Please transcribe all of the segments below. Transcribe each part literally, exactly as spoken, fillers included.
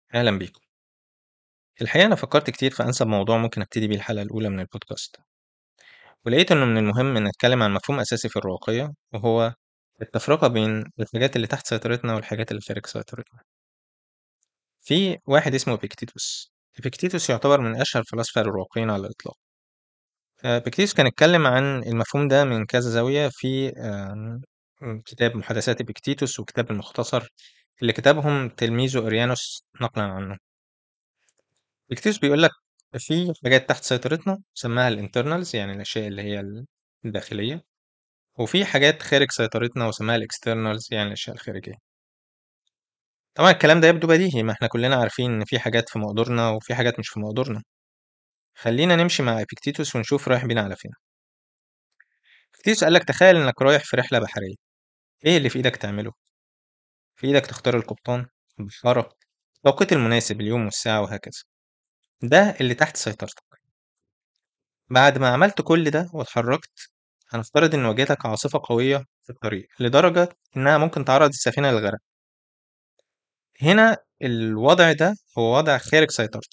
أهلا بيكم. الحقيقة أنا فكرت كتير في أنسب موضوع ممكن أبتدي بيه الحلقة الأولى من البودكاست، ولقيت إنه من المهم إن نتكلم عن مفهوم أساسي في الرواقية، وهو التفرقة بين الحاجات اللي تحت سيطرتنا والحاجات اللي خارج سيطرتنا. في واحد اسمه إبيكتيتوس. إبيكتيتوس يعتبر من أشهر فلاسفة الرواقيين على الإطلاق. آه، إبيكتيتوس كان اتكلم عن المفهوم ده من كذا زاوية في آم، كتاب محادثات إبيكتيتوس وكتاب المختصر اللي كتبهم تلميذه إريانوس نقلا عنه. الكتيس بيقول لك في حاجات تحت سيطرتنا سماها الانترنالز، يعني الاشياء اللي هي الداخليه، وفي حاجات خارج سيطرتنا وسماها الاكسترنالز، يعني الاشياء الخارجيه. طبعا الكلام ده يبدو بديهي، ما احنا كلنا عارفين ان في حاجات في مقدورنا وفي حاجات مش في مقدورنا. خلينا نمشي مع ابيكتيتوس ونشوف رايح بينا على فين. ابيكتيتوس قال لك تخيل انك رايح في رحله بحريه. ايه اللي في ايدك تعمله؟ في ايدك تختار القبطان، البحاره، التوقيت المناسب، اليوم والساعه وهكذا. ده اللي تحت سيطرتك. بعد ما عملت كل ده واتحركت، هنفترض إن واجهتك عاصفة قوية في الطريق لدرجة إنها ممكن تعرض السفينة للغرق. هنا الوضع ده هو وضع خارج سيطرتك.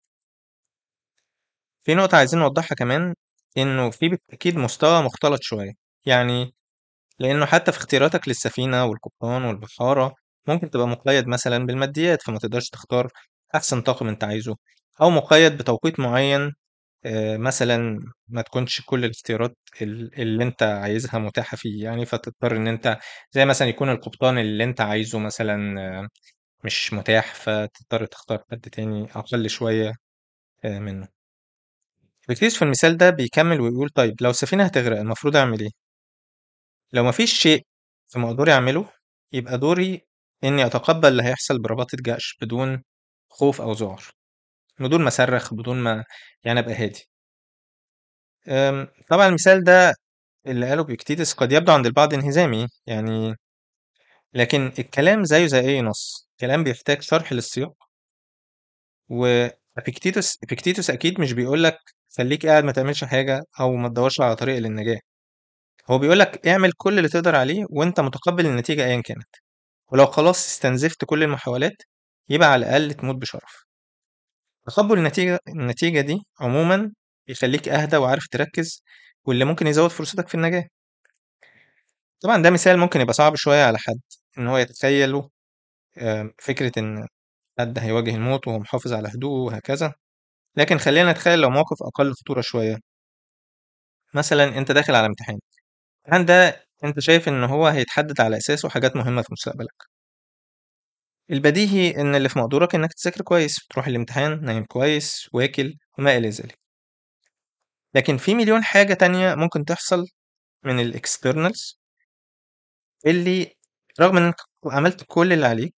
في نقطة عايزين نوضحها كمان، إنه في بالتأكيد مستوى مختلط شوية، يعني لأنه حتى في اختياراتك للسفينة والقبطان والبحارة ممكن تبقى مقيد مثلا بالماديات، فما تقدرش تختار أحسن طاقم أنت عايزه، أو مقيد بتوقيت معين. آه، مثلا ما تكونش كل الاختيارات ال- اللي انت عايزها متاحة فيه، يعني فتضطر ان انت زي مثلا يكون القبطان اللي انت عايزه مثلا آه، مش متاح، فتضطر تختار حد تاني اقل شوية آه، منه. بكريس في المثال ده بيكمل ويقول طيب لو السفينة هتغرق المفروض اعمل ايه؟ لو مفيش شيء في مقدوري اعمله، يبقى دوري اني اتقبل اللي هيحصل برباطة جأش بدون خوف او ذعر، بدون ما اصرخ، بدون ما يعني ابقى هادي. أم، طبعا المثال ده اللي قاله بيكتيتس قد يبدو عند البعض انهزامي، يعني لكن الكلام زيه زي أي نص، كلام بيحتاج شرح للسياق. وابيكتيتوس ابيكتيتوس أكيد مش بيقولك خليك قاعد ما تعملش حاجة أو ما تدورش على طريق للنجاة. هو بيقولك اعمل كل اللي تقدر عليه وأنت متقبل النتيجة أيا كانت، ولو خلاص استنزفت كل المحاولات يبقى على الأقل تموت بشرف. تقبل النتيجة النتيجة دي عموما بيخليك أهدى وعارف تركز، واللي ممكن يزود فرصتك في النجاة. طبعا ده مثال ممكن يبقى صعب شوية على حد إن هو يتخيله، آه، فكرة إن حد هيواجه الموت وهو محافظ على هدوءه وهكذا. لكن خلينا نتخيل لو موقف أقل خطورة شوية. مثلا أنت داخل على امتحان، الامتحان ده أنت شايف إن هو هيتحدد على أساسه حاجات مهمة في مستقبلك. البديهي إن اللي في مقدورك إنك تذاكر كويس، تروح الامتحان نايم كويس واكل وما إلى ذلك. لكن في مليون حاجة تانية ممكن تحصل من الاكسترنالز، اللي رغم إنك عملت كل اللي عليك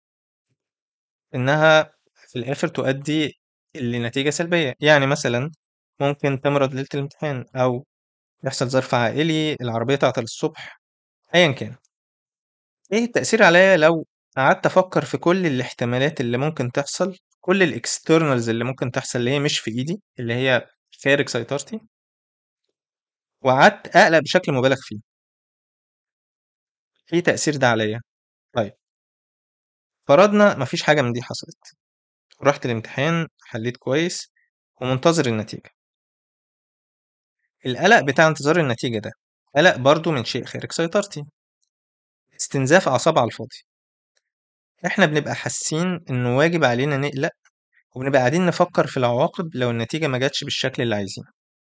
إنها في الآخر تؤدي لنتيجة سلبية. يعني مثلا ممكن تمرض ليلة الامتحان، أو يحصل ظرف عائلي، العربية تعطل الصبح، أيا كان. إيه التأثير عليا لو قعدت أفكر في كل الاحتمالات اللي ممكن تحصل، كل الاكسترنالز اللي ممكن تحصل اللي هي مش في إيدي، اللي هي خارج سيطرتي، وقعدت أقلق بشكل مبالغ فيه؟ إيه تأثير ده عليا؟ طيب فرضنا مفيش حاجة من دي حصلت، رحت الامتحان حليت كويس ومنتظر النتيجة. القلق بتاع انتظار النتيجة ده قلق برضو من شيء خارج سيطرتي، استنزاف أعصاب على الفاضي. إحنا بنبقى حاسين إنه واجب علينا نقلق، وبنبقى قاعدين نفكر في العواقب لو النتيجة ما جاتش بالشكل اللي عايزينه.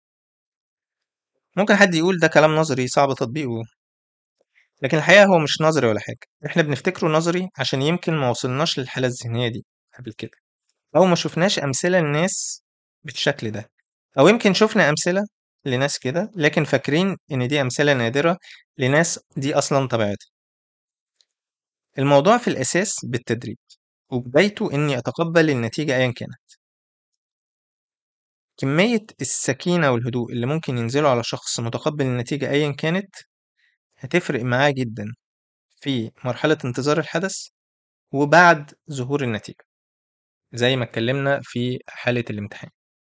ممكن حد يقول ده كلام نظري صعب تطبيقه، لكن الحقيقة هو مش نظري ولا حاجة. إحنا بنفتكره نظري عشان يمكن ما وصلناش للحالة الذهنية دي قبل كده، أو ما شفناش أمثلة لناس بالشكل ده، أو يمكن شفنا أمثلة لناس كده لكن فاكرين إن دي أمثلة نادرة لناس دي أصلا طبيعتها. الموضوع في الأساس بالتدريب، وبدايته إني أتقبل النتيجة أيا كانت. كمية السكينة والهدوء اللي ممكن ينزلوا على شخص متقبل النتيجة أيا كانت هتفرق معاه جدا في مرحلة انتظار الحدث وبعد ظهور النتيجة، زي ما اتكلمنا في حالة الامتحان.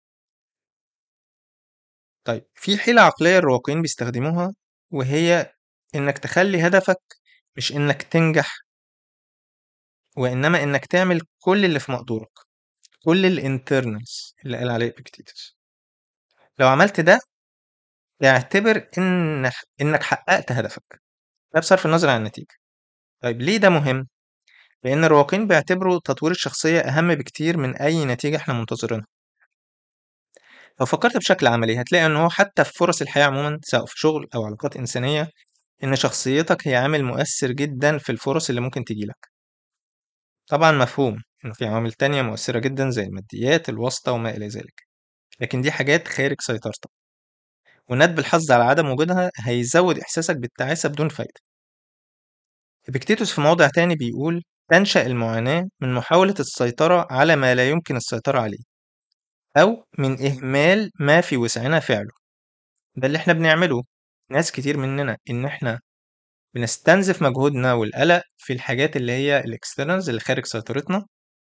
طيب في حيلة عقلية الرواقيين بيستخدموها، وهي إنك تخلي هدفك مش إنك تنجح وإنما إنك تعمل كل اللي في مقدورك، كل الinternals اللي قال عليه Epictetus. لو عملت ده اعتبر إنك إنك حققت هدفك، ده بصرف النظر عن النتيجة. طيب ليه ده مهم؟ لأن الرواقين بيعتبروا تطوير الشخصية أهم بكتير من أي نتيجة إحنا منتظرينها. لو فكرت بشكل عملي هتلاقي إن هو حتى في فرص الحياة عموما سواء في شغل أو علاقات إنسانية، إن شخصيتك هي عامل مؤثر جدا في الفرص اللي ممكن تجيلك. طبعا مفهوم إن في عوامل تانية مؤثرة جدا زي الماديات الواسطة وما إلى ذلك، لكن دي حاجات خارج سيطرتك، وندب الحظ على عدم وجودها هيزود إحساسك بالتعاسة بدون فايدة. إبيكتيتوس في موضع تاني بيقول: تنشأ المعاناة من محاولة السيطرة على ما لا يمكن السيطرة عليه، أو من إهمال ما في وسعنا فعله. ده اللي إحنا بنعمله، ناس كتير مننا، إن إحنا بنستنزف مجهودنا والقلق في الحاجات اللي هي الاكسترنالز اللي خارج سيطرتنا،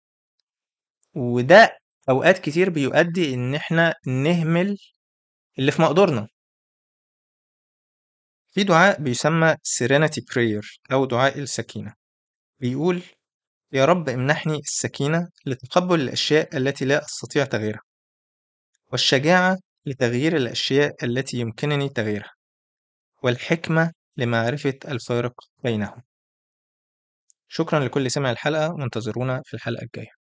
وده أوقات كتير بيؤدي إن إحنا نهمل اللي في مقدورنا. في دعاء بيسمى serenity prayer أو دعاء السكينة، بيقول: يا رب امنحني السكينة لتقبل الأشياء التي لا أستطيع تغييرها، والشجاعة لتغيير الأشياء التي يمكنني تغييرها، والحكمة لمعرفة الفارق بينهم. شكرا لكل سمع الحلقة، وانتظرونا في الحلقة الجاية.